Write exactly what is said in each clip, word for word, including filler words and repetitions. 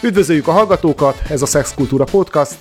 Üdvözöljük a hallgatókat, ez a Szexkultúra Podcast,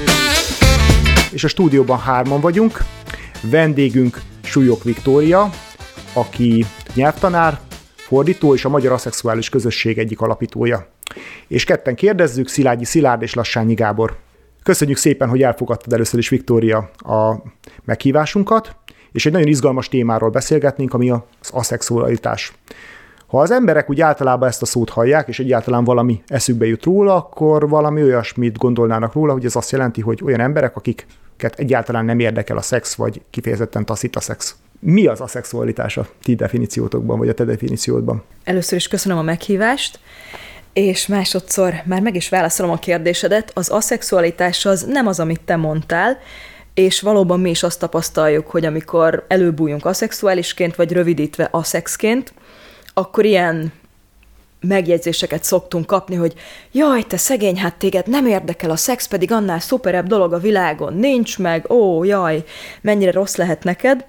és a stúdióban hárman vagyunk. Vendégünk Súlyog Viktória, aki nyelvtanár, fordító és a Magyar Aszexuális Közösség egyik alapítója. És ketten kérdezzük, Szilágyi Szilárd és Lassányi Gábor. Köszönjük szépen, hogy elfogadtad először is, Viktória, a meghívásunkat, és egy nagyon izgalmas témáról beszélgetnénk, ami az aszexualitás. Ha az emberek úgy általában ezt a szót hallják, és egyáltalán valami eszükbe jut róla, akkor valami olyasmit gondolnának róla, hogy ez azt jelenti, hogy olyan emberek, akiket egyáltalán nem érdekel a szex, vagy kifejezetten taszít a szex. Mi az aszexualitás a ti definíciótokban, vagy a te definíciódban? Először is köszönöm a meghívást, és másodszor már meg is válaszolom a kérdésedet. Az aszexualitás az nem az, amit te mondtál, és valóban mi is azt tapasztaljuk, hogy amikor előbújunk aszexuálisként, vagy rövidítve aszexként, akkor ilyen megjegyzéseket szoktunk kapni, hogy jaj, te szegény, hát téged nem érdekel a szex, pedig annál szuperebb dolog a világon nincs meg, ó, jaj, mennyire rossz lehet neked.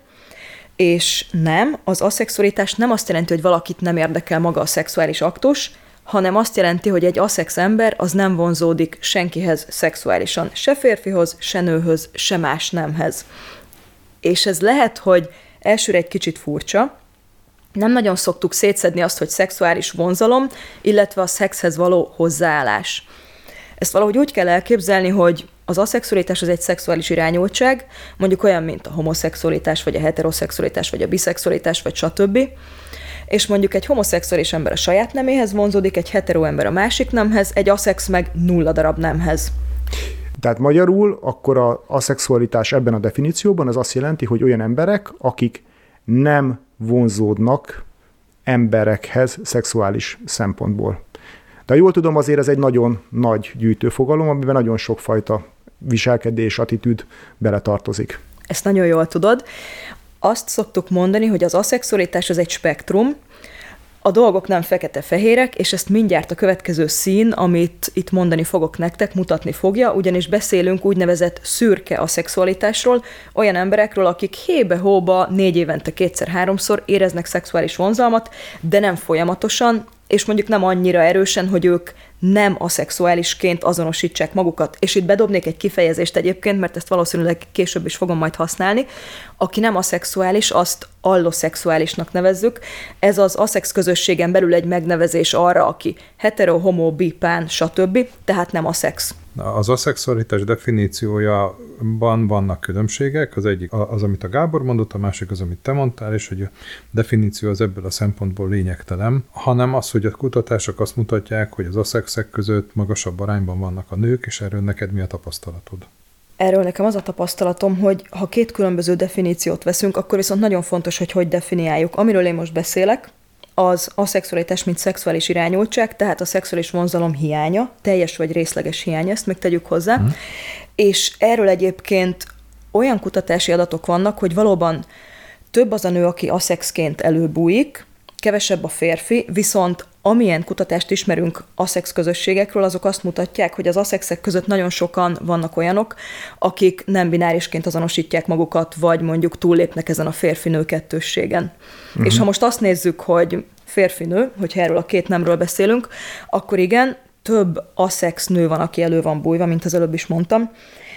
És nem, az aszexualitás nem azt jelenti, hogy valakit nem érdekel maga a szexuális aktus, hanem azt jelenti, hogy egy aszex ember az nem vonzódik senkihez szexuálisan, se férfihoz, se nőhöz, se más nemhez. És ez lehet, hogy elsőre egy kicsit furcsa, nem nagyon szoktuk szétszedni azt, hogy szexuális vonzalom, illetve a szexhez való hozzáállás. Ezt valahogy úgy kell elképzelni, hogy az aszexualitás az egy szexuális irányultság, mondjuk olyan, mint a homoszexualitás, vagy a heteroszexualitás, vagy a biszexualitás, vagy stb. És mondjuk egy homoszexuális ember a saját neméhez vonzódik, egy hetero ember a másik nemhez, egy aszex meg nulla darab nemhez. Tehát magyarul akkor az aszexualitás ebben a definícióban az azt jelenti, hogy olyan emberek, akik nem vonzódnak emberekhez szexuális szempontból. De jól tudom, azért ez egy nagyon nagy gyűjtőfogalom, amiben nagyon sokfajta viselkedés, attitűd beletartozik. Ezt nagyon jól tudod. Azt szoktuk mondani, hogy az aszexualitás az egy spektrum, a dolgok nem fekete-fehérek, és ezt mindjárt a következő szín, amit itt mondani fogok nektek, mutatni fogja, ugyanis beszélünk úgynevezett szürke aszexualitásról, olyan emberekről, akik hébe-hóba négy évente kétszer-háromszor éreznek szexuális vonzalmat, de nem folyamatosan, és mondjuk nem annyira erősen, hogy ők nem aszexuálisként azonosítsák magukat. És itt bedobnék egy kifejezést egyébként, mert ezt valószínűleg később is fogom majd használni. Aki nem aszexuális, azt alloszexuálisnak nevezzük. Ez az aszex közösségen belül egy megnevezés arra, aki hetero, homo, bi, pán, stb., tehát nem aszex. Az aszexualitás definíciójában vannak különbségek, az egyik az, amit a Gábor mondott, a másik az, amit te mondtál, és hogy a definíció az ebből a szempontból lényegtelen, hanem az, hogy a kutatások azt mutatják, hogy az aszexek között magasabb arányban vannak a nők, és erről neked mi a tapasztalatod? Erről nekem az a tapasztalatom, hogy ha két különböző definíciót veszünk, akkor viszont nagyon fontos, hogy hogy definiáljuk. Amiről én most beszélek, az aszexualitás, mint szexuális irányultság, tehát a szexuális vonzalom hiánya, teljes vagy részleges hiánya, ezt még tegyük hozzá. Mm. És erről egyébként olyan kutatási adatok vannak, hogy valóban több az a nő, aki aszexként előbújik, kevesebb a férfi, viszont amilyen kutatást ismerünk aszex közösségekről, azok azt mutatják, hogy az aszexek között nagyon sokan vannak olyanok, akik nem binárisként azonosítják magukat, vagy mondjuk túllépnek ezen a férfi-nő kettősségen. Uh-huh. És ha most azt nézzük, hogy férfi-nő, hogyha erről a két nemről beszélünk, akkor igen, több aszex nő van, aki elő van bújva, mint az előbb is mondtam,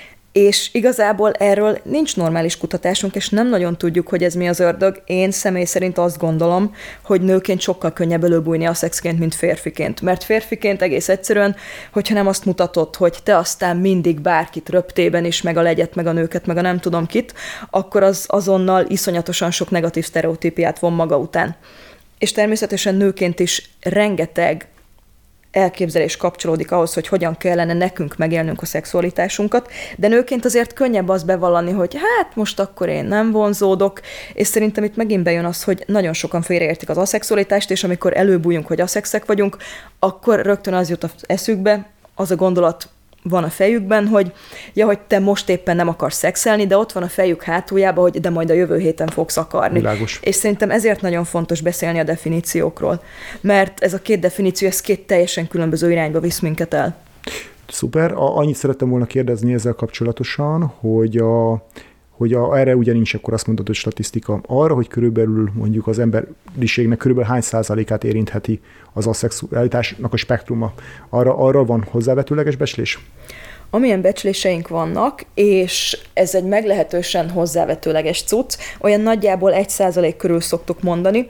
és igazából erről nincs normális kutatásunk, és nem nagyon tudjuk, hogy ez mi az ördög. Én személy szerint azt gondolom, hogy nőként sokkal könnyebb előbújni aszexként, mint férfiként. Mert férfiként egész egyszerűen, hogyha nem azt mutatod, hogy te aztán mindig bárkit röptében is, meg a legyet, meg a nőket, meg a nem tudom kit, akkor az azonnal iszonyatosan sok negatív sztereotípiát von maga után. És természetesen nőként is rengeteg elképzelés kapcsolódik ahhoz, hogy hogyan kellene nekünk megélnünk a szexualitásunkat, de nőként azért könnyebb azt bevallani, hogy hát most akkor én nem vonzódok, és szerintem itt megint bejön az, hogy nagyon sokan félreértik az aszexualitást, és amikor előbújunk, hogy aszexek vagyunk, akkor rögtön az jut az eszükbe, az a gondolat van a fejükben, hogy ja, hogy te most éppen nem akarsz szexelni, de ott van a fejük hátuljában, hogy de majd a jövő héten fogsz akarni. Világos. És szerintem ezért nagyon fontos beszélni a definíciókról, mert ez a két definíció, ez két teljesen különböző irányba visz minket el. Szuper. A, annyit szerettem volna kérdezni ezzel kapcsolatosan, hogy, a, hogy a, erre ugye nincs akkor azt mondható statisztika. Arra, hogy körülbelül mondjuk az emberiségnek körülbelül hány százalékát érintheti az aszexualitásnak a spektruma, arra, arra van hozzávetőleges becslés? Amilyen becsléseink vannak, és ez egy meglehetősen hozzávetőleges cucc, olyan nagyjából egy százalék körül szoktuk mondani,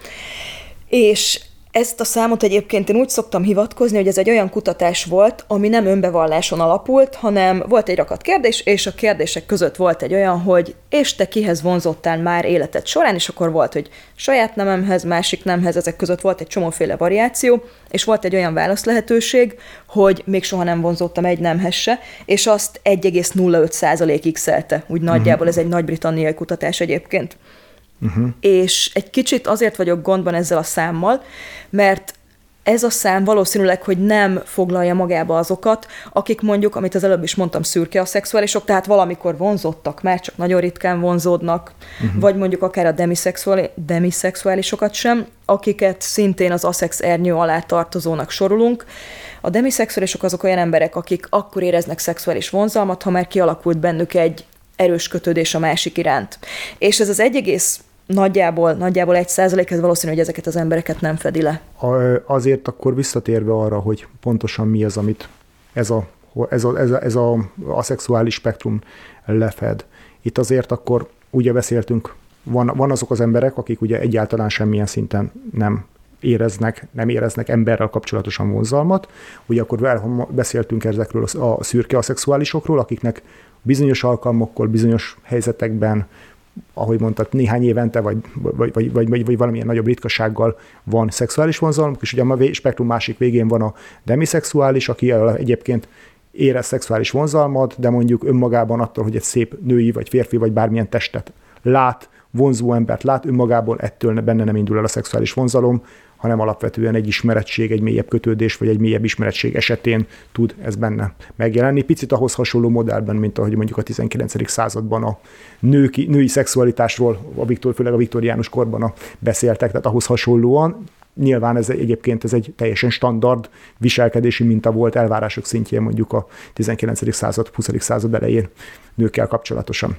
és ezt a számot egyébként én úgy szoktam hivatkozni, hogy ez egy olyan kutatás volt, ami nem önbevalláson alapult, hanem volt egy rakat kérdés, és a kérdések között volt egy olyan, hogy és te kihez vonzottál már életed során, és akkor volt, hogy saját nememhez, másik nemhez, ezek között volt egy csomóféle variáció, és volt egy olyan válasz lehetőség, hogy még soha nem vonzottam egy nemhez se, és azt egy egész nulla öt százalék x-elte, úgy nagyjából, ez egy nagy-britanniai kutatás egyébként. Uh-huh. És egy kicsit azért vagyok gondban ezzel a számmal, mert ez a szám valószínűleg, hogy nem foglalja magába azokat, akik mondjuk, amit az előbb is mondtam, szürke aszexuálisok, tehát valamikor vonzottak, már csak nagyon ritkán vonzódnak, uh-huh. vagy mondjuk akár a demiszexuális, demiszexuálisokat sem, akiket szintén az aszex ernyő alá tartozónak sorolunk. A demiszexuálisok azok olyan emberek, akik akkor éreznek szexuális vonzalmat, ha már kialakult bennük egy erős kötődés a másik iránt. És ez az egy egész nagyjából, nagyjából egy százalék, ez valószínű, hogy ezeket az embereket nem fedi le. Azért akkor visszatérve arra, hogy pontosan mi az, amit ez a, ez a, ez a, ez a aszexuális spektrum lefed. Itt azért akkor ugye beszéltünk, van, van azok az emberek, akik ugye egyáltalán semmilyen szinten nem éreznek, nem éreznek emberrel kapcsolatosan vonzalmat. Ugye akkor beszéltünk ezekről a szürke aszexuálisokról, akiknek bizonyos alkalmakkor, bizonyos helyzetekben, ahogy mondtad, néhány évente, vagy, vagy, vagy, vagy, vagy valamilyen nagyobb ritkasággal van szexuális vonzalom, és ugye a spektrum másik végén van a demiszexuális, aki egyébként érez szexuális vonzalmat, de mondjuk önmagában attól, hogy egy szép női, vagy férfi, vagy bármilyen testet lát, vonzó embert lát, önmagából ettől benne nem indul el a szexuális vonzalom, hanem alapvetően egy ismerettség, egy mélyebb kötődés, vagy egy mélyebb ismerettség esetén tud ez benne megjelenni. Picit ahhoz hasonló modellben, mint ahogy mondjuk a tizenkilencedik században a nőki, női szexualitásról, a Viktor, főleg a viktoriánus korban a beszéltek, tehát ahhoz hasonlóan. Nyilván ez egyébként ez egy teljesen standard viselkedési minta volt elvárások szintjén mondjuk a tizenkilencedik század, huszadik század elején nőkkel kapcsolatosan.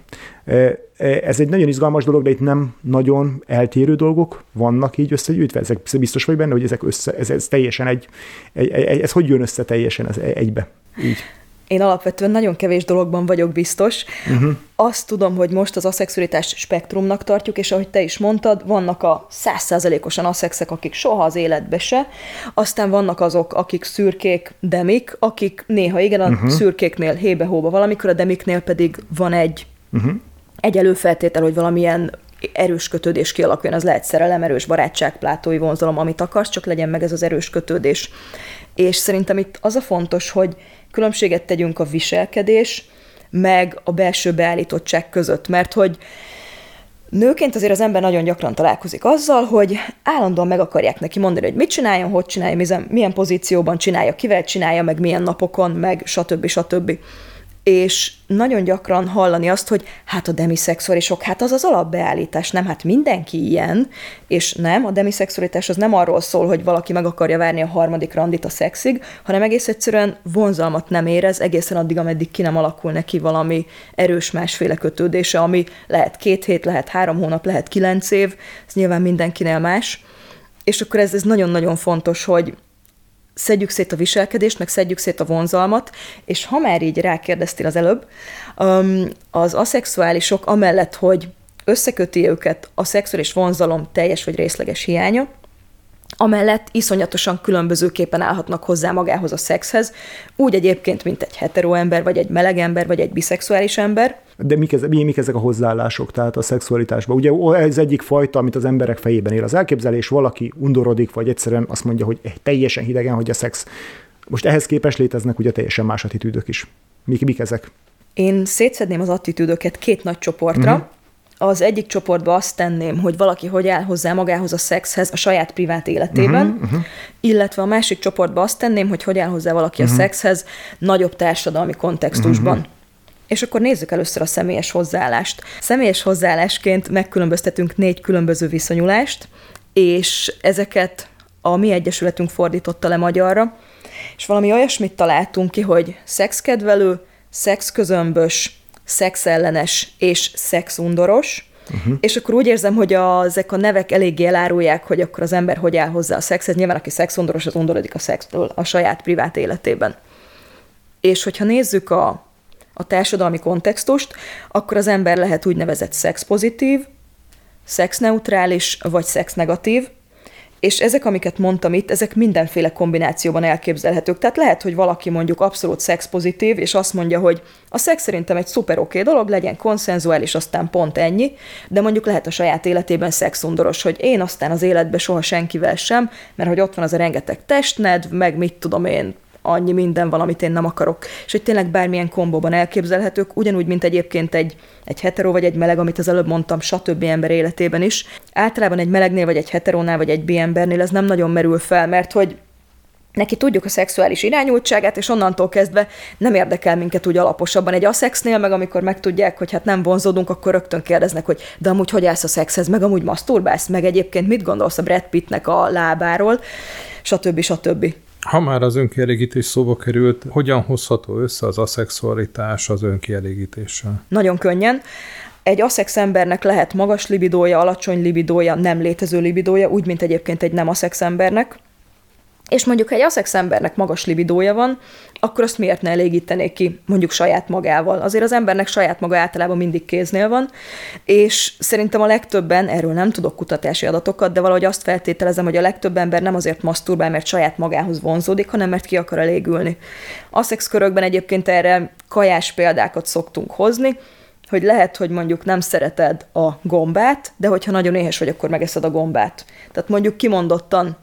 Ez egy nagyon izgalmas dolog, de itt nem nagyon eltérő dolgok vannak így összegyűjtve. Ezek biztos vagy benne, hogy ezek össze, ez, ez teljesen egy, egy, egy, ez hogy jön össze teljesen ez egybe? Így. Én alapvetően nagyon kevés dologban vagyok biztos. Uh-huh. Azt tudom, hogy most az aszexualitást spektrumnak tartjuk, és ahogy te is mondtad, vannak a száz százalékosan aszexek, akik soha az életbe se, aztán vannak azok, akik szürkék, demik, akik néha igen, a uh-huh. szürkéknél hébe-hóba valamikor, a demiknél pedig van egy, uh-huh. egy előfeltétel, hogy valamilyen erős kötődés kialakuljon, az lehet szerelem, erős barátság, plátói vonzalom, amit akarsz, csak legyen meg ez az erős kötődés. És szerintem itt az a fontos, hogy különbséget tegyünk a viselkedés, meg a belső beállítottság között, mert hogy nőként azért az ember nagyon gyakran találkozik azzal, hogy állandóan meg akarják neki mondani, hogy mit csináljon, hogy csinálja, milyen pozícióban csinálja, kivel csinálja, meg milyen napokon, meg stb. stb. És nagyon gyakran hallani azt, hogy hát a demiszexuálisok, hát az az alapbeállítás, nem, hát mindenki ilyen, és nem, a demiszexualitás az nem arról szól, hogy valaki meg akarja várni a harmadik randit a szexig, hanem egész egyszerűen vonzalmat nem érez, egészen addig, ameddig ki nem alakul neki valami erős másféle kötődése, ami lehet két hét, lehet három hónap, lehet kilenc év, ez nyilván mindenkinél más, és akkor ez, ez nagyon-nagyon fontos, hogy szedjük szét a viselkedést, meg szedjük szét a vonzalmat, és ha már így rákérdeztél az előbb, az aszexuálisok amellett, hogy összeköti őket a szexuális vonzalom teljes vagy részleges hiánya, amellett iszonyatosan különbözőképpen állhatnak hozzá magához a szexhez, úgy egyébként, mint egy hetero ember, vagy egy meleg ember, vagy egy biszexuális ember. De mik, ez, mik ezek a hozzáállások, tehát a szexualitásban? Ugye ez egyik fajta, amit az emberek fejében él az elképzelés, valaki undorodik, vagy egyszerűen azt mondja, hogy teljesen hidegen, hogy a szex. Most ehhez képest léteznek ugye teljesen más attitűdök is. Mik, mik ezek? Én szétszedném az attitűdöket két nagy csoportra. Uh-huh. Az egyik csoportba azt tenném, hogy valaki hogy áll hozzá magához a szexhez a saját privát életében, uh-huh, uh-huh. illetve a másik csoportba azt tenném, hogy hogy áll hozzá valaki uh-huh. a szexhez nagyobb társadalmi kontextusban. Uh-huh. És akkor nézzük először a személyes hozzáállást. Személyes hozzáállásként megkülönböztetünk négy különböző viszonyulást, és ezeket a mi egyesületünk fordította le magyarra, és valami olyasmit találtunk ki, hogy szexkedvelő, szexközömbös, szexellenes és szexundoros, Uh-huh. És akkor úgy érzem, hogy a, ezek a nevek eléggé elárulják, hogy akkor az ember hogy áll hozzá a szexhez. Nyilván, aki szexundoros, az undorodik a szexről a saját privát életében. És hogyha nézzük a, a társadalmi kontextust, akkor az ember lehet úgynevezett szexpozitív, szexneutrális vagy szexnegatív, és ezek, amiket mondtam itt, ezek mindenféle kombinációban elképzelhetők. Tehát lehet, hogy valaki mondjuk abszolút szexpozitív, és azt mondja, hogy a szex szerintem egy szuper oké dolog, legyen konszenzuális, aztán pont ennyi, de mondjuk lehet a saját életében szexundoros, hogy én aztán az életben soha senkivel sem, mert hogy ott van az a rengeteg testnedv, meg mit tudom én, annyi minden valamit én nem akarok. És hogy tényleg bármilyen kombóban elképzelhetők, ugyanúgy, mint egyébként egy, egy hetero vagy egy meleg, amit az előbb mondtam, stb. Ember életében is. Általában egy melegnél, vagy egy heterónál, vagy egy bi embernél ez nem nagyon merül fel, mert hogy neki tudjuk a szexuális irányultságát, és onnantól kezdve nem érdekel minket úgy alaposabban. Egy aszexnél, meg amikor megtudják, hogy hát nem vonzódunk, akkor rögtön kérdeznek, hogy de amúgy hogy állsz a szexhez, meg amúgy maszturbálsz, meg egyébként mit gondolsz a Brad Pittnek a lábáról, stb. stb. Ha már az önkielégítés szóba került, hogyan hozható össze az aszexualitás az önkielégítéssel? Nagyon könnyen. Egy aszex embernek lehet magas libidója, alacsony libidója, nem létező libidója, úgy, mint egyébként egy nem aszex embernek. És mondjuk, ha egy aszex embernek magas libidója van, akkor azt miért ne elégítenék ki mondjuk saját magával? Azért az embernek saját maga általában mindig kéznél van, és szerintem a legtöbben, erről nem tudok kutatási adatokat, de valahogy azt feltételezem, hogy a legtöbb ember nem azért maszturbál, mert saját magához vonzódik, hanem mert ki akar elégülni. Aszex körökben egyébként erre kajás példákat szoktunk hozni, hogy lehet, hogy mondjuk nem szereted a gombát, de hogyha nagyon éhes vagy, akkor megeszed a gombát. Tehát mondjuk kimondottan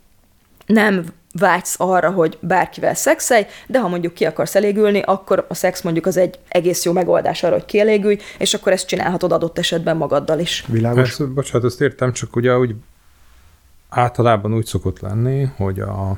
nem vágysz arra, hogy bárkivel szexelj, de ha mondjuk ki akarsz elégülni, akkor a szex mondjuk az egy egész jó megoldás arra, hogy kielégülj, és akkor ezt csinálhatod adott esetben magaddal is. Világos. Ezt, bocsánat, ezt értem, csak ugye úgy általában úgy szokott lenni, hogy a,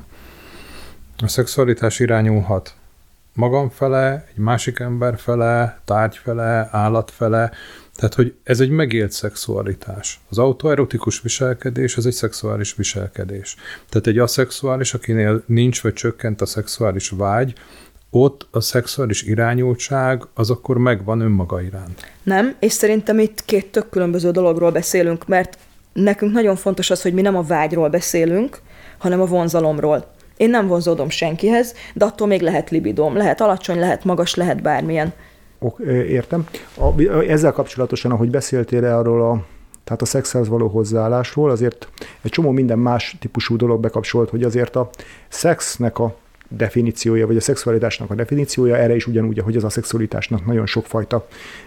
a szexualitás irányulhat magam fele, egy másik ember fele, tárgy fele, állat fele, tehát, hogy ez egy megélt szexualitás. Az autoerotikus viselkedés, ez egy szexuális viselkedés. Tehát egy aszexuális, akinél nincs vagy csökkent a szexuális vágy, ott a szexuális irányultság az akkor megvan önmaga iránt. Nem, és szerintem itt két tök különböző dologról beszélünk, mert nekünk nagyon fontos az, hogy mi nem a vágyról beszélünk, hanem a vonzalomról. Én nem vonzódom senkihez, de attól még lehet libidóm. Lehet alacsony, lehet magas, lehet bármilyen. Értem. A, ezzel kapcsolatosan, ahogy beszéltél arról a, tehát a szexhez való hozzáállásról, azért egy csomó minden más típusú dolog bekapcsolt, hogy azért a szexnek a definíciója, vagy a szexualitásnak a definíciója, erre is ugyanúgy, hogy az a szexualitásnak nagyon sokfajta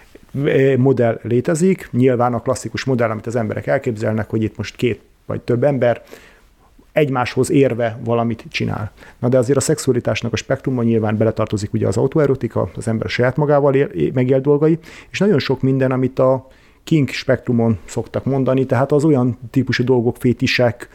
modell létezik. Nyilván a klasszikus modell, amit az emberek elképzelnek, hogy itt most két vagy több ember egymáshoz érve valamit csinál. Na de azért a szexualitásnak a spektrumban nyilván beletartozik ugye az autoerotika, az ember saját magával él, megélt dolgai, és nagyon sok minden, amit a kink spektrumon szoktak mondani, tehát az olyan típusú dolgok, fétisek,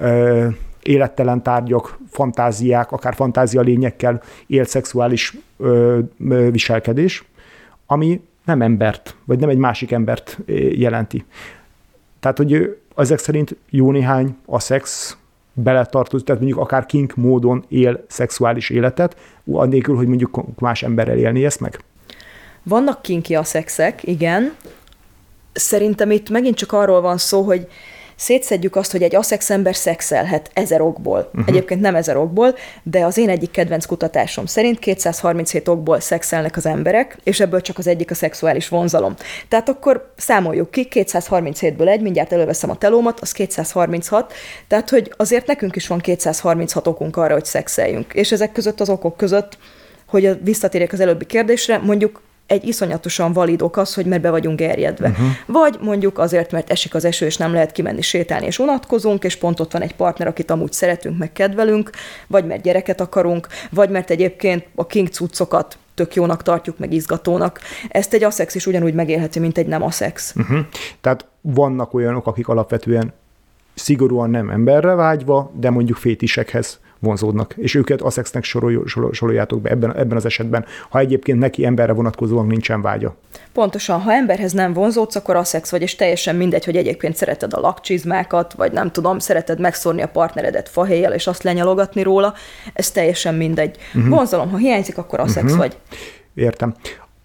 élettelen tárgyak, fantáziák, akár fantázia lényekkel élt szexuális ö, ö, viselkedés, ami nem embert, vagy nem egy másik embert jelenti. Tehát, hogy ezek szerint jó néhány a szex beletartozik, tehát mondjuk akár kink módon él szexuális életet, annélkül, hogy mondjuk más emberrel élni ezt meg? Vannak kinki a szexek, igen. Szerintem itt megint csak arról van szó, hogy szétszedjük azt, hogy egy aszex ember szexelhet ezer okból. Uh-huh. Egyébként nem ezer okból, de az én egyik kedvenc kutatásom szerint kétszázharminchét okból szexelnek az emberek, és ebből csak az egyik a szexuális vonzalom. Tehát akkor számoljuk ki, kétszázharminchétből egy, mindjárt előveszem a telómat, az kétszázharminchat, tehát hogy azért nekünk is van kétszázharminchat okunk arra, hogy szexeljünk. És ezek között az okok között, hogy visszatérjek az előbbi kérdésre, mondjuk egy iszonyatosan valid ok az, hogy mert be vagyunk gerjedve. Uh-huh. Vagy mondjuk azért, mert esik az eső, és nem lehet kimenni sétálni, és unatkozunk, és pont ott van egy partner, akit amúgy szeretünk, meg kedvelünk, vagy mert gyereket akarunk, vagy mert egyébként a kink cuccokat tök jónak tartjuk, meg izgatónak. Ezt egy aszex is ugyanúgy megélheti, mint egy nem aszex. Uh-huh. Tehát vannak olyanok, akik alapvetően szigorúan nem emberre vágyva, de mondjuk fétisekhez vonzódnak, és őket aszexnek sorol, sorol, soroljátok be ebben, ebben az esetben, ha egyébként neki emberre vonatkozóan nincsen vágya. Pontosan, ha emberhez nem vonzódsz, akkor aszex vagy, és teljesen mindegy, hogy egyébként szereted a lakcsizmákat, vagy nem tudom, szereted megszórni a partneredet fahéjjal, és azt lenyalogatni róla, ez teljesen mindegy. Uh-huh. Vonzalom, ha hiányzik, akkor aszex uh-huh. vagy. Értem.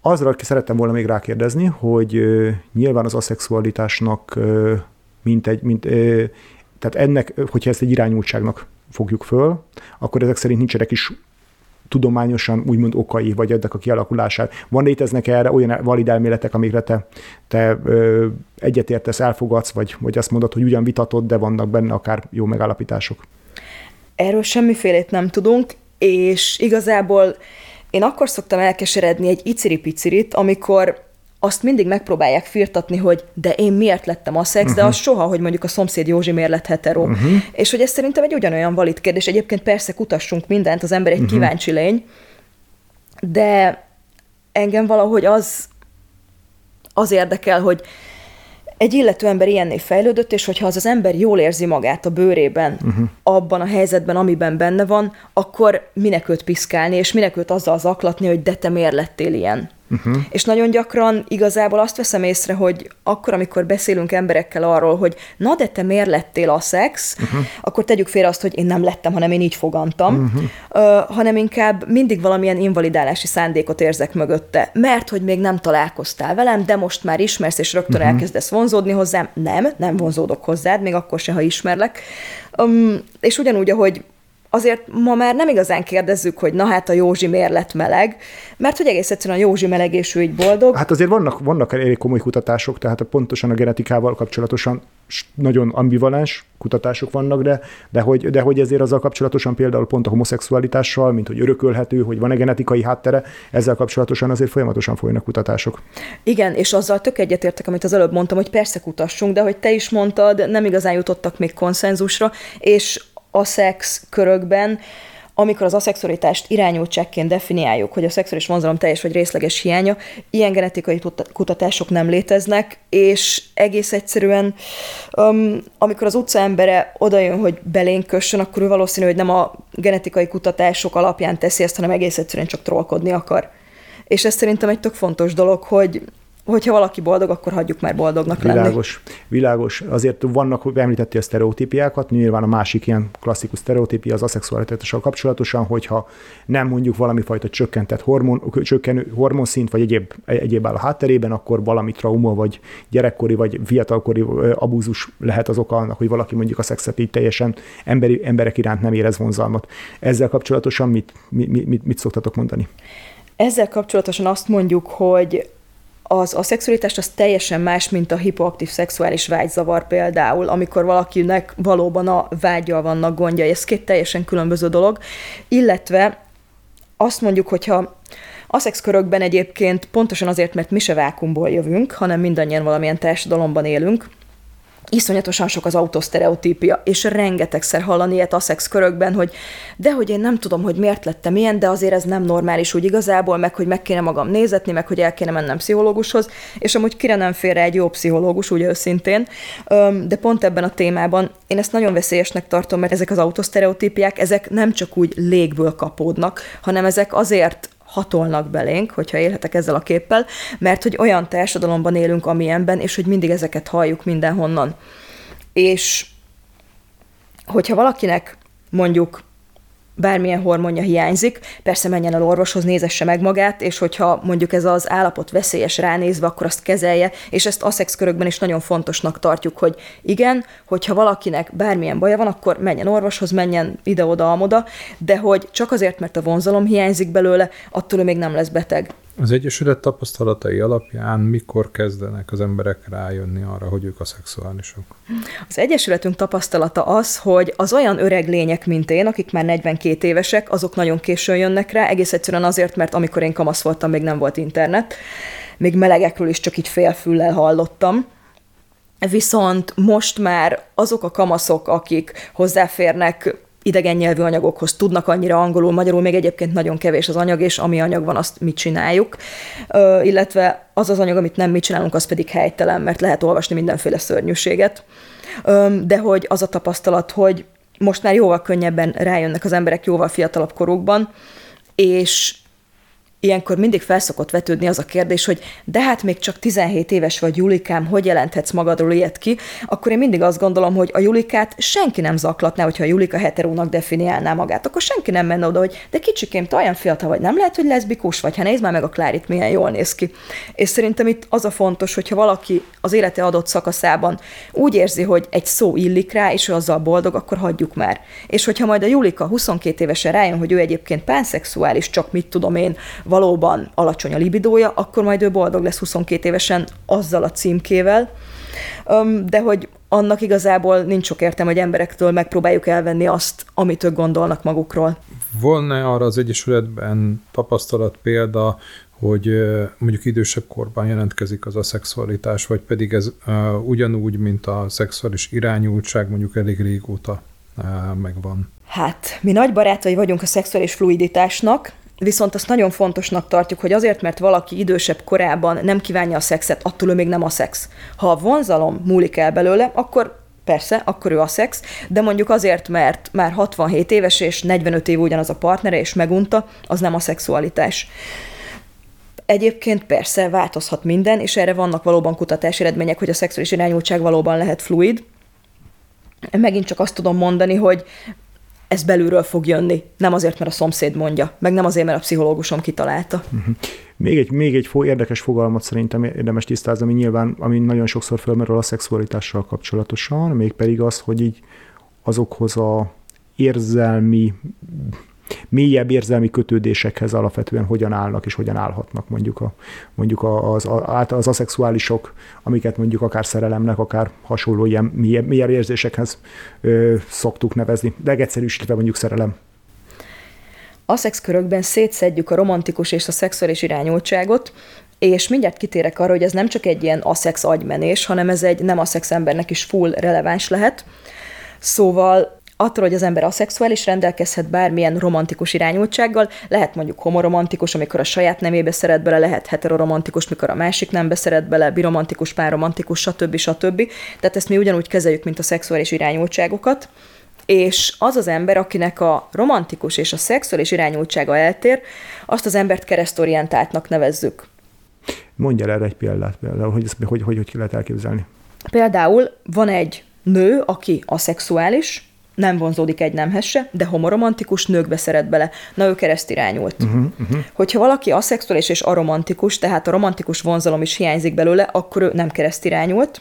Azra szerettem volna még rákérdezni, hogy ö, nyilván az aszexualitásnak ö, mint egy, mint, ö, tehát ennek, hogyha ezt egy irányultságnak fogjuk föl, akkor ezek szerint nincsenek is tudományosan úgymond okai, vagy ennek a kialakulását. Van, léteznek erre olyan valid elméletek, amikre te, te ö, egyetértesz, elfogadsz, vagy, vagy azt mondod, hogy ugyan vitatod, de vannak benne akár jó megállapítások? Erről semmifélét nem tudunk, és igazából én akkor szoktam elkeseredni egy iciri-picirit, amikor azt mindig megpróbálják firtatni, hogy de én miért lettem aszex, uh-huh. de az soha, hogy mondjuk a szomszéd Józsi miért lett hetero. Uh-huh. És hogy ez szerintem egy ugyanolyan valid kérdés. Egyébként persze kutassunk mindent, az ember egy uh-huh. kíváncsi lény, de engem valahogy az, az érdekel, hogy egy illető ember ilyenné fejlődött, és hogyha az az ember jól érzi magát a bőrében, uh-huh. abban a helyzetben, amiben benne van, akkor minek őt piszkálni, és minek őt azzal zaklatni, hogy de te miért lettél ilyen. Uh-huh. És nagyon gyakran igazából azt veszem észre, hogy akkor, amikor beszélünk emberekkel arról, hogy na de te miért lettél aszex, uh-huh. akkor tegyük félre azt, hogy én nem lettem, hanem én így fogantam, uh-huh. uh, hanem inkább mindig valamilyen invalidálási szándékot érzek mögötte. Mert hogy még nem találkoztál velem, de most már ismersz, és rögtön uh-huh. elkezdesz vonzódni hozzám. Nem, nem vonzódok hozzád, még akkor se, ha ismerlek. Um, és ugyanúgy, ahogy azért ma már nem igazán kérdezzük, hogy na hát a Józsi miért lett meleg, mert hogy egész egyszerűen a Józsi meleg és ő így boldog. Hát azért vannak, vannak elég komoly kutatások, tehát pontosan a genetikával kapcsolatosan nagyon ambivalens kutatások vannak, de, de, hogy, de hogy ezért azzal kapcsolatosan például pont a homoszexualitással, mint hogy örökölhető, hogy van-e genetikai háttere, ezzel kapcsolatosan azért folyamatosan folynak kutatások. Igen, és azzal tök egyetértek, amit az előbb mondtam, hogy persze kutassunk, de hogy te is mondtad, nem igazán jutottak még konszenzusra, és aszex körökben, amikor az aszexualitást irányultságként definiáljuk, hogy a szexuális vonzalom teljes vagy részleges hiánya, ilyen genetikai kutatások nem léteznek, és egész egyszerűen, um, amikor az utca embere odajön, hogy belénk kössön, akkor ő valószínű, hogy nem a genetikai kutatások alapján teszi ezt, hanem egész egyszerűen csak trollkodni akar. És ez szerintem egy tök fontos dolog, hogy hogyha valaki boldog, akkor hagyjuk már boldognak lenni. Világos, világos. Azért vannak, említettél a sztereotípiákat, nyilván a másik ilyen klasszikus sztereotípia az aszexualitással kapcsolatosan, hogyha nem mondjuk valami fajta csökkentett hormon, csökkenő hormonszint, vagy egyéb, egyéb áll a hátterében, akkor valami trauma, vagy gyerekkori, vagy fiatalkori abúzus lehet az oka annak, hogy valaki mondjuk a szexet így teljesen emberi, emberek iránt nem érez vonzalmat. Ezzel kapcsolatosan mit, mit, mit, mit szoktatok mondani? Ezzel kapcsolatosan azt mondjuk, hogy az a szexualitás az teljesen más, mint a hipoaktív szexuális vágyzavar például, amikor valakinek valóban a vággyal vannak gondjai. Ez két teljesen különböző dolog. Illetve azt mondjuk, hogyha aszex körökben egyébként pontosan azért, mert mi se vákumból jövünk, hanem mindannyian valamilyen társadalomban élünk, iszonyatosan sok az autosztereotípia, és rengetegszer hallani ilyet aszex körökben, hogy de hogy én nem tudom, hogy miért lettem ilyen, de azért ez nem normális úgy igazából, meg hogy meg kéne magam nézetni, meg hogy el kéne mennem pszichológushoz, és amúgy kire nem fér egy jó pszichológus, úgy őszintén, de pont ebben a témában én ezt nagyon veszélyesnek tartom, mert ezek az autosztereotípiák, ezek nem csak úgy légből kapódnak, hanem ezek azért hatolnak belénk, hogyha élhetek ezzel a képpel, mert hogy olyan társadalomban élünk, amilyenben, és hogy mindig ezeket halljuk mindenhonnan. És hogyha valakinek mondjuk bármilyen hormonja hiányzik, persze menjen el orvoshoz, nézesse meg magát, és hogyha mondjuk ez az állapot veszélyes ránézve, akkor azt kezelje, és ezt aszex körökben is nagyon fontosnak tartjuk, hogy igen, hogyha valakinek bármilyen baja van, akkor menjen orvoshoz, menjen ide-oda, amoda, de hogy csak azért, mert a vonzalom hiányzik belőle, attól ő még nem lesz beteg. Az Egyesület tapasztalatai alapján mikor kezdenek az emberek rájönni arra, hogy ők aszexuálisok? Az Egyesületünk tapasztalata az, hogy az olyan öreg lények, mint én, akik már negyvenkét évesek, azok nagyon későn jönnek rá, egész egyszerűen azért, mert amikor én kamasz voltam, még nem volt internet, még melegekről is csak így félfüllel hallottam. Viszont most már azok a kamaszok, akik hozzáférnek idegen nyelvű anyagokhoz, tudnak annyira angolul, magyarul, még egyébként nagyon kevés az anyag, és ami anyag van, azt mit csináljuk. Ö, illetve az az anyag, amit nem mi csinálunk, az pedig helytelen, mert lehet olvasni mindenféle szörnyűséget. Ö, de hogy az a tapasztalat, hogy most már jóval könnyebben rájönnek az emberek jóval fiatalabb korukban, és ilyenkor mindig felszokott vetődni az a kérdés, hogy de hát még csak tizenhét éves vagy, Julikám, hogy jelenthetsz magadról ilyet ki, akkor én mindig azt gondolom, hogy a Julikát senki nem zaklatná, hogyha a Julika heterónak definiálná magát, akkor senki nem menne oda, hogy de kicsikém, te olyan fiatal vagy, nem lehet, hogy leszbikus vagy, ha nézd már meg a Klárit, milyen jól néz ki. És szerintem itt az a fontos, hogyha valaki az élete adott szakaszában úgy érzi, hogy egy szó illik rá, és ő azzal boldog, akkor hagyjuk már. És hogyha majd a Julika huszonkét évesen rájön, hogy ő egyébként pánszexuális, csak mit tudom én, valóban alacsony a libidója, akkor majd ő boldog lesz huszonkét évesen azzal a címkével, de hogy annak igazából nincs sok értelme, hogy emberektől megpróbáljuk elvenni azt, amit ők gondolnak magukról. Volna arra az Egyesületben tapasztalat példa, hogy mondjuk idősebb korban jelentkezik az aszexualitás, vagy pedig ez uh, ugyanúgy, mint a szexuális irányultság, mondjuk elég régóta uh, megvan? Hát, mi nagy barátai vagyunk a szexuális fluiditásnak, viszont azt nagyon fontosnak tartjuk, hogy azért, mert valaki idősebb korában nem kívánja a szexet, attól ő még nem a szex. Ha a vonzalom múlik el belőle, akkor persze, akkor ő a szex, de mondjuk azért, mert már hatvanhét éves és negyvenöt év ugyanaz a partnere, és megunta, az nem a szexualitás. Egyébként persze változhat minden, és erre vannak valóban kutatási eredmények, hogy a szexuális irányultság valóban lehet fluid. Megint csak azt tudom mondani, hogy ez belülről fog jönni, nem azért, mert a szomszéd mondja, meg nem azért, mert a pszichológusom kitalálta. Uh-huh. Még egy, még egy érdekes fogalmat szerintem érdemes tisztázni, ami nyilván, ami nagyon sokszor fölmerül a szexualitással kapcsolatosan, mégpedig az, hogy így azokhoz a érzelmi, mélyebb érzelmi kötődésekhez alapvetően hogyan állnak és hogyan állhatnak mondjuk, a, mondjuk az, az, az aszexuálisok, amiket mondjuk akár szerelemnek, akár hasonló ilyen mélyebb, mélyebb érzésekhez ö, szoktuk nevezni, de egyszerűsítve mondjuk szerelem. Aszex körökben szétszedjük a romantikus és a szexuális irányultságot, és mindjárt kitérek arra, hogy ez nem csak egy ilyen aszex agymenés, hanem ez egy nem aszex embernek is full releváns lehet. Szóval attól, hogy az ember aszexuális, rendelkezhet bármilyen romantikus irányultsággal, lehet mondjuk homoromantikus, amikor a saját nemébe szeret bele, lehet heteroromantikus, mikor a másik nembe szeret bele, biromantikus, párromantikus, stb. stb. Tehát ezt mi ugyanúgy kezeljük, mint a szexuális irányultságokat, és az az ember, akinek a romantikus és a szexuális irányultsága eltér, azt az embert keresztorientáltnak nevezzük. Mondj el erre egy példát, például, hogy ezt hogy, hogy, hogy ki lehet elképzelni. Például van egy nő, aki aszexuális, nem vonzódik egy nemhez se, de homoromantikus, nőkbe szeret bele. Na, ő keresztirányult. Uh-huh, uh-huh. Hogyha valaki aszexuális és aromantikus, tehát a romantikus vonzalom is hiányzik belőle, akkor ő nem keresztirányult.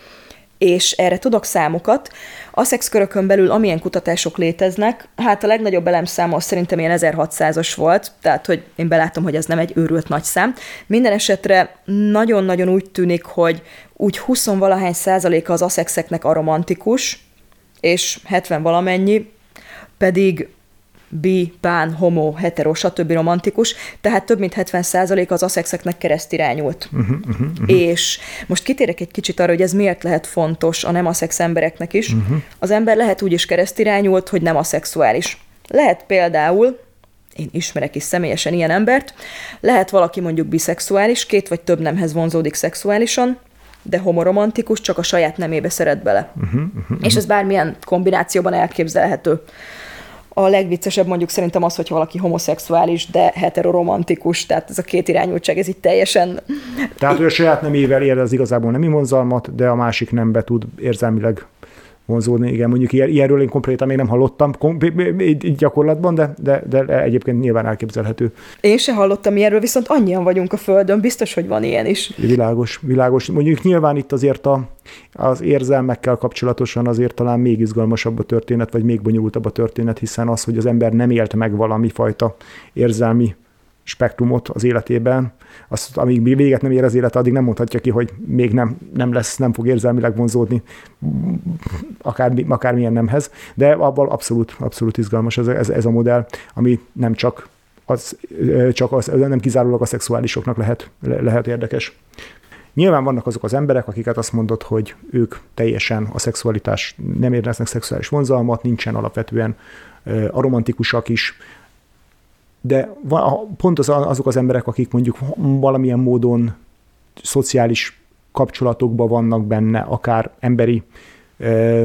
És erre tudok számokat. Aszex körökön belül amilyen kutatások léteznek, hát a legnagyobb elemszám az szerintem ilyen ezerhatszázas volt, tehát hogy én belátom, hogy ez nem egy őrült nagy szám. Minden esetre nagyon-nagyon úgy tűnik, hogy úgy húsz-valahány százaléka az aszexeknek aromantikus, és hetven valamennyi pedig bi, pán, homo, hetero, stb. Romantikus, tehát több mint hetven százalék az aszexeknek keresztirányult. Uh-huh, uh-huh, uh-huh. És most kitérek egy kicsit arra, hogy ez miért lehet fontos a nem aszex embereknek is. Uh-huh. Az ember lehet úgy is keresztirányult, hogy nem aszexuális. Lehet például, én ismerek is személyesen ilyen embert, lehet valaki mondjuk biszexuális, két vagy több nemhez vonzódik szexuálisan, de homoromantikus, csak a saját nemébe szeret bele. Uh-huh, uh-huh. És ez bármilyen kombinációban elképzelhető. A legviccesebb mondjuk szerintem az, hogyha valaki homoszexuális, de heteroromantikus, tehát ez a két irányultság, ez így teljesen... Tehát ő a saját nemével érez igazából nemi vonzalmat, de a másik nembe tud érzelmileg vonzódni. Igen, mondjuk ilyenről én konkrétan még nem hallottam így gyakorlatban, de, de, de egyébként nyilván elképzelhető. Én se hallottam ilyenről, viszont annyian vagyunk a Földön, biztos, hogy van ilyen is. Világos, világos. Mondjuk nyilván itt azért a, az érzelmekkel kapcsolatosan azért talán még izgalmasabb a történet, vagy még bonyolultabb a történet, hiszen az, hogy az ember nem élt meg valami fajta érzelmi spektrumot az életében, azt, amíg véget nem ér az élet, addig nem mondhatja ki, hogy még nem, nem lesz, nem fog érzelmileg vonzódni akár, akármilyen nemhez, de abban abszolút, abszolút izgalmas ez, ez, ez a modell, ami nem csak az, csak az, nem kizárólag a szexuálisoknak lehet, lehet érdekes. Nyilván vannak azok az emberek, akiket azt mondod, hogy ők teljesen a szexualitás, nem éreznek szexuális vonzalmat, nincsen alapvetően aromantikusak is, de pont az, azok az emberek, akik mondjuk valamilyen módon szociális kapcsolatokban vannak benne, akár emberi,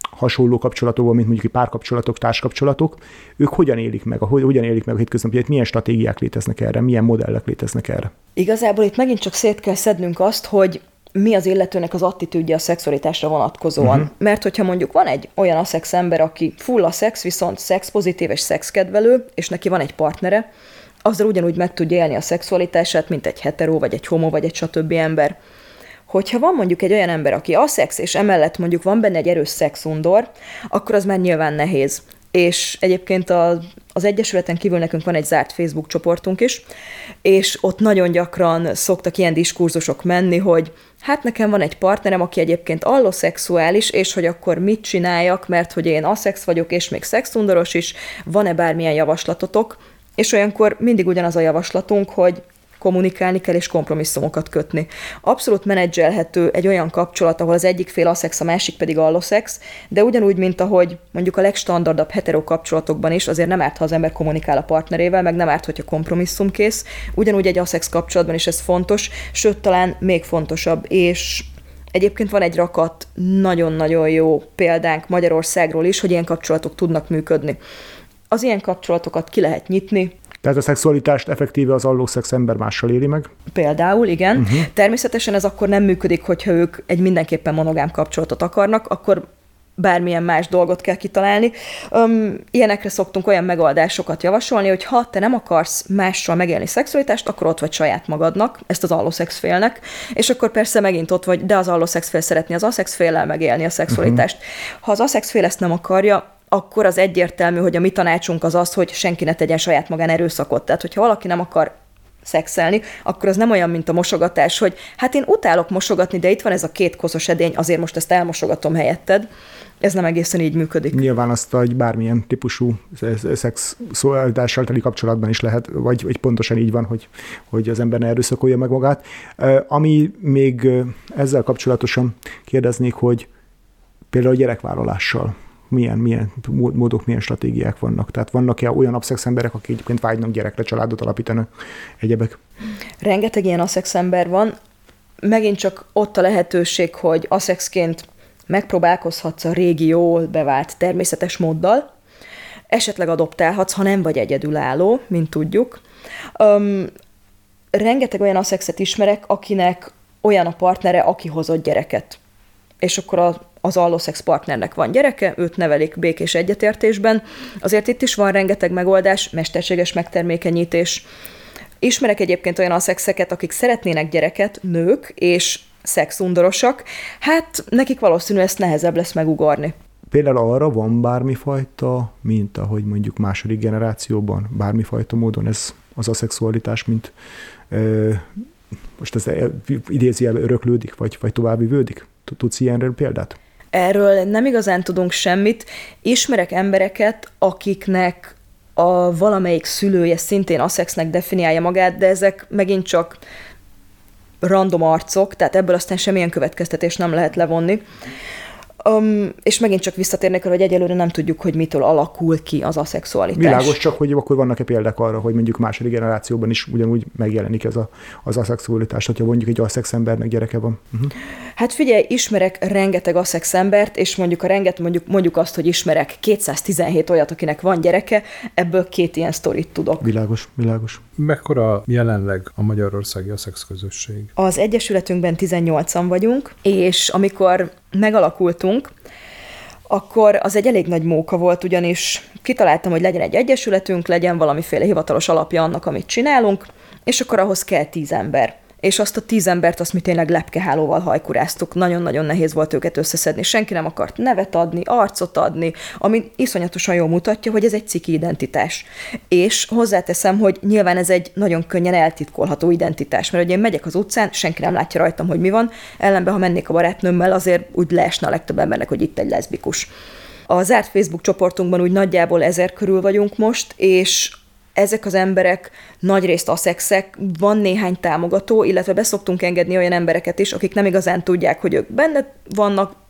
hasonló kapcsolatokban, mint mondjuk párkapcsolatok, társkapcsolatok, ők hogyan élik meg, a, hogyan élik meg a hétköznapjait, milyen stratégiák léteznek erre, milyen modellek léteznek erre? Igazából itt megint csak szét kell szednünk azt, hogy mi az illetőnek az attitűdje a szexualitásra vonatkozóan. Uh-huh. Mert hogyha mondjuk van egy olyan aszex ember, aki full a szex, viszont szexpozitív és szexkedvelő, és neki van egy partnere, azzal ugyanúgy meg tudja élni a szexualitását, mint egy hetero, vagy egy homo, vagy egy stb. Ember. Hogyha van mondjuk egy olyan ember, aki aszex, és emellett mondjuk van benne egy erős szexundor, akkor az már nyilván nehéz. És egyébként az, az Egyesületen kívül nekünk van egy zárt Facebook csoportunk is, és ott nagyon gyakran szoktak ilyen diskurzusok menni, hogy hát nekem van egy partnerem, aki egyébként alloszexuális, és hogy akkor mit csináljak, mert hogy én aszex vagyok, és még szexundoros is, van-e bármilyen javaslatotok, és olyankor mindig ugyanaz a javaslatunk, hogy kommunikálni kell és kompromisszumokat kötni. Abszolút menedzselhető egy olyan kapcsolat, ahol az egyik fél aszex, a másik pedig alloszex, de ugyanúgy, mint ahogy mondjuk a legstandardabb hetero kapcsolatokban is, azért nem árt, ha az ember kommunikál a partnerével, meg nem árt, hogyha kompromisszum kész. Ugyanúgy egy aszex kapcsolatban is ez fontos, sőt, talán még fontosabb, és egyébként van egy rakat nagyon-nagyon jó példánk Magyarországról is, hogy ilyen kapcsolatok tudnak működni. Az ilyen kapcsolatokat ki lehet nyitni. Tehát a szexualitást effektíve az allószex ember mással éli meg? Például, igen. Uh-huh. Természetesen ez akkor nem működik, hogyha ők egy mindenképpen monogám kapcsolatot akarnak, akkor bármilyen más dolgot kell kitalálni. Um, ilyenekre szoktunk olyan megoldásokat javasolni, hogy ha te nem akarsz mással megélni szexualitást, akkor ott vagy saját magadnak, ezt az alloszex félnek, és akkor persze megint ott vagy, de az alloszex fél szeretni az aszex féllel megélni a szexualitást. Uh-huh. Ha az aszex fél ezt nem akarja, akkor az egyértelmű, hogy a mi tanácsunk az az, hogy senki ne tegyen saját magán erőszakot. Tehát, hogyha valaki nem akar szexelni, akkor az nem olyan, mint a mosogatás, hogy hát én utálok mosogatni, de itt van ez a két koszos edény, azért most ezt elmosogatom helyetted. Ez nem egészen így működik. Nyilván azt, hogy bármilyen típusú szexualitással teli kapcsolatban is lehet, vagy, vagy pontosan így van, hogy, hogy az ember ne erőszakolja meg magát. Ami még ezzel kapcsolatosan kérdeznék, hogy például a gyerekvállalással milyen, milyen módok, milyen stratégiák vannak. Tehát vannak-e olyan aszex emberek, akik egyébként vágynak gyerekre, családot alapítanak, egyebek? Rengeteg ilyen aszex ember van. Megint csak ott a lehetőség, hogy aszexként megpróbálkozhatsz a régi jól bevált természetes móddal, esetleg adoptálhatsz, ha nem vagy egyedülálló, mint tudjuk. Um, rengeteg olyan aszexet ismerek, akinek olyan a partnere, aki hozott gyereket. És akkor a az alloszex partnernek van gyereke, őt nevelik békés egyetértésben. Azért itt is van rengeteg megoldás, mesterséges megtermékenyítés. Ismerek egyébként olyan aszexeket, akik szeretnének gyereket, nők, és szexundorosak. Hát nekik valószínű ezt nehezebb lesz megugorni. Például arra van bármifajta minta, hogy mondjuk második generációban bármifajta módon ez az aszexualitás, mint ö, most ez idézőjelben öröklődik, vagy, vagy továbbvivődik? Tudsz ilyenről példát? Erről nem igazán tudunk semmit. Ismerek embereket, akiknek a valamelyik szülője szintén aszexnek definiálja magát, de ezek megint csak random arcok, tehát ebből aztán semmilyen következtetés nem lehet levonni. Um, és megint csak visszatérnek arra, hogy egyelőre nem tudjuk, hogy mitől alakul ki az aszexualitás. Világos, csak hogy akkor vannak-e példák arra, hogy mondjuk második generációban is ugyanúgy megjelenik ez a, az aszexualitás, hogyha mondjuk egy aszex embernek gyereke van. Uh-huh. Hát figyelj, ismerek rengeteg aszex embert, és mondjuk a renget, mondjuk, mondjuk azt, hogy ismerek kétszáztizenhét olyat, akinek van gyereke, ebből két ilyen sztorit tudok. Világos, világos. Mekkora jelenleg a magyarországi aszex közösség? Az Egyesületünkben tizennyolcan vagyunk, és amikor megalakultunk, akkor az egy elég nagy móka volt, ugyanis kitaláltam, hogy legyen egy egyesületünk, legyen valamiféle hivatalos alapja annak, amit csinálunk, és akkor ahhoz kell tíz ember. És azt a tíz embert, azt mi tényleg lepkehálóval hajkuráztuk. Nagyon-nagyon nehéz volt őket összeszedni. Senki nem akart nevet adni, arcot adni, ami iszonyatosan jól mutatja, hogy ez egy ciki identitás. És hozzáteszem, hogy nyilván ez egy nagyon könnyen eltitkolható identitás, mert hogy én megyek az utcán, senki nem látja rajtam, hogy mi van, ellenben, ha mennék a barátnőmmel, azért úgy leesne a legtöbb embernek, hogy itt egy leszbikus. A zárt Facebook csoportunkban úgy nagyjából ezer körül vagyunk most, és ezek az emberek nagyrészt aszexek, van néhány támogató, illetve beszoktunk engedni olyan embereket is, akik nem igazán tudják, hogy ők benne vannak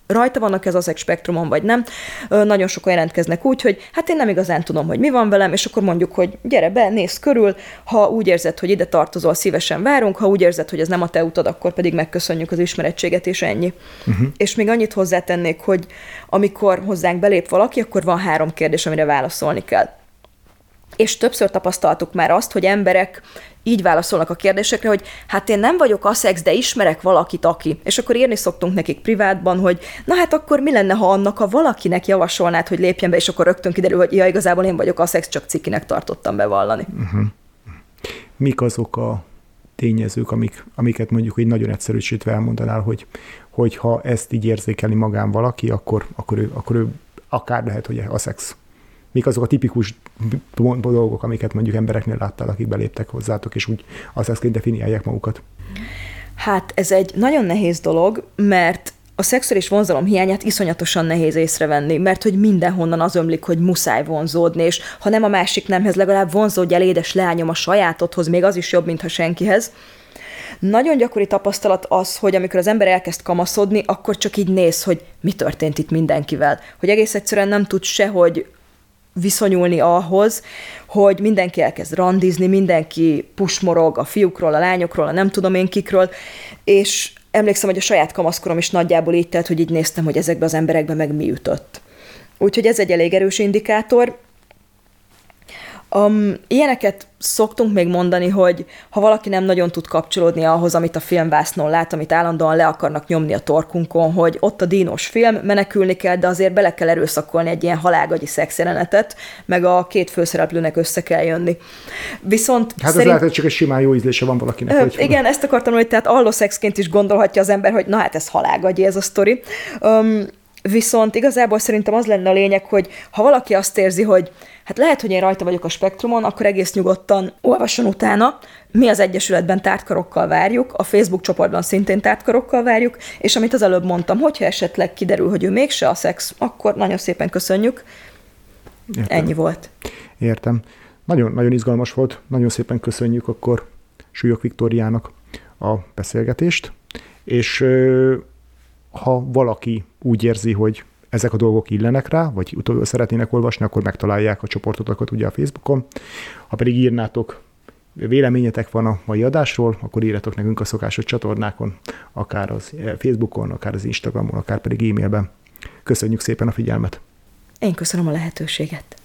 rajta vannak ez az spektrumon, vagy nem. Nagyon sokan jelentkeznek úgy, hogy hát én nem igazán tudom, hogy mi van velem, és akkor mondjuk, hogy gyere be, nézz körül, ha úgy érzed, hogy ide tartozol, szívesen várunk, ha úgy érzed, hogy ez nem a te utad, akkor pedig megköszönjük az ismerettséget, és ennyi. Uh-huh. És még annyit hozzátennék, hogy amikor hozzánk belép valaki, akkor van három kérdés, amire válaszolni kell. És többször tapasztaltuk már azt, hogy emberek így válaszolnak a kérdésekre, hogy hát én nem vagyok aszex, de ismerek valakit, aki. És akkor írni szoktunk nekik privátban, hogy na hát akkor mi lenne, ha annak a valakinek javasolnád, hogy lépjen be, és akkor rögtön kiderül, hogy ja, igazából én vagyok aszex, csak cikinek tartottam bevallani. Uh-huh. Mik azok a tényezők, amik, amiket mondjuk így nagyon egyszerűsítve elmondanál, hogy, hogy ha ezt így érzékeli magán valaki, akkor, akkor, ő, akkor ő akár lehet, hogy aszex. Mik azok a tipikus dolgok, amiket mondjuk embereknél láttál, akik beléptek hozzátok, és úgy aszexként definiálják magukat? Hát ez egy nagyon nehéz dolog, mert a szexuális vonzalom hiányát iszonyatosan nehéz észrevenni, mert hogy mindenhonnan az ömlik, hogy muszáj vonzódni, és ha nem a másik nemhez, legalább vonzódj el, édes leányom, a sajátodhoz, még az is jobb, mintha senkihez. Nagyon gyakori tapasztalat az, hogy amikor az ember elkezd kamaszodni, akkor csak így néz, hogy mi történt itt mindenkivel. Hogy egész egyszerűen nem tud sehogy viszonyulni ahhoz, hogy mindenki elkezd randizni, mindenki pusmorog a fiúkról, a lányokról, a nem tudom én kikről, és emlékszem, hogy a saját kamaszkorom is nagyjából így telt, hogy így néztem, hogy ezekben az emberekben meg mi ütött. Úgyhogy ez egy elég erős indikátor. Um, ilyeneket szoktunk még mondani, hogy ha valaki nem nagyon tud kapcsolódni ahhoz, amit a filmvásznon lát, amit állandóan le akarnak nyomni a torkunkon, hogy ott a dínos film, menekülni kell, de azért bele kell erőszakolni egy ilyen halálgagyi szexjelenetet, meg a két főszereplőnek össze kell jönni. Viszont hát szerint... ez lehet, hogy csak egy simán jó ízlése van valakinek. Ö, hogy igen, ezt akartam, hogy tehát alloszexként is gondolhatja az ember, hogy na hát ez halálgagyi ez a sztori. Um, Viszont igazából szerintem az lenne a lényeg, hogy ha valaki azt érzi, hogy hát lehet, hogy én rajta vagyok a spektrumon, akkor egész nyugodtan olvasson utána. Mi az Egyesületben tártkarokkal várjuk, a Facebook csoportban szintén tártkarokkal várjuk, és amit az előbb mondtam, hogyha esetleg kiderül, hogy ő mégse a szex, akkor nagyon szépen köszönjük. Értem. Ennyi volt. Értem. Nagyon, nagyon izgalmas volt. Nagyon szépen köszönjük akkor Súlyog Viktóriának a beszélgetést, és ha valaki úgy érzi, hogy ezek a dolgok illenek rá, vagy utóbb szeretnének olvasni, akkor megtalálják a csoportotokat ugye a Facebookon. Ha pedig írnátok, véleményetek van a mai adásról, akkor írjatok nekünk a szokásos csatornákon, akár az Facebookon, akár az Instagramon, akár pedig e-mailben. Köszönjük szépen a figyelmet! Én köszönöm a lehetőséget!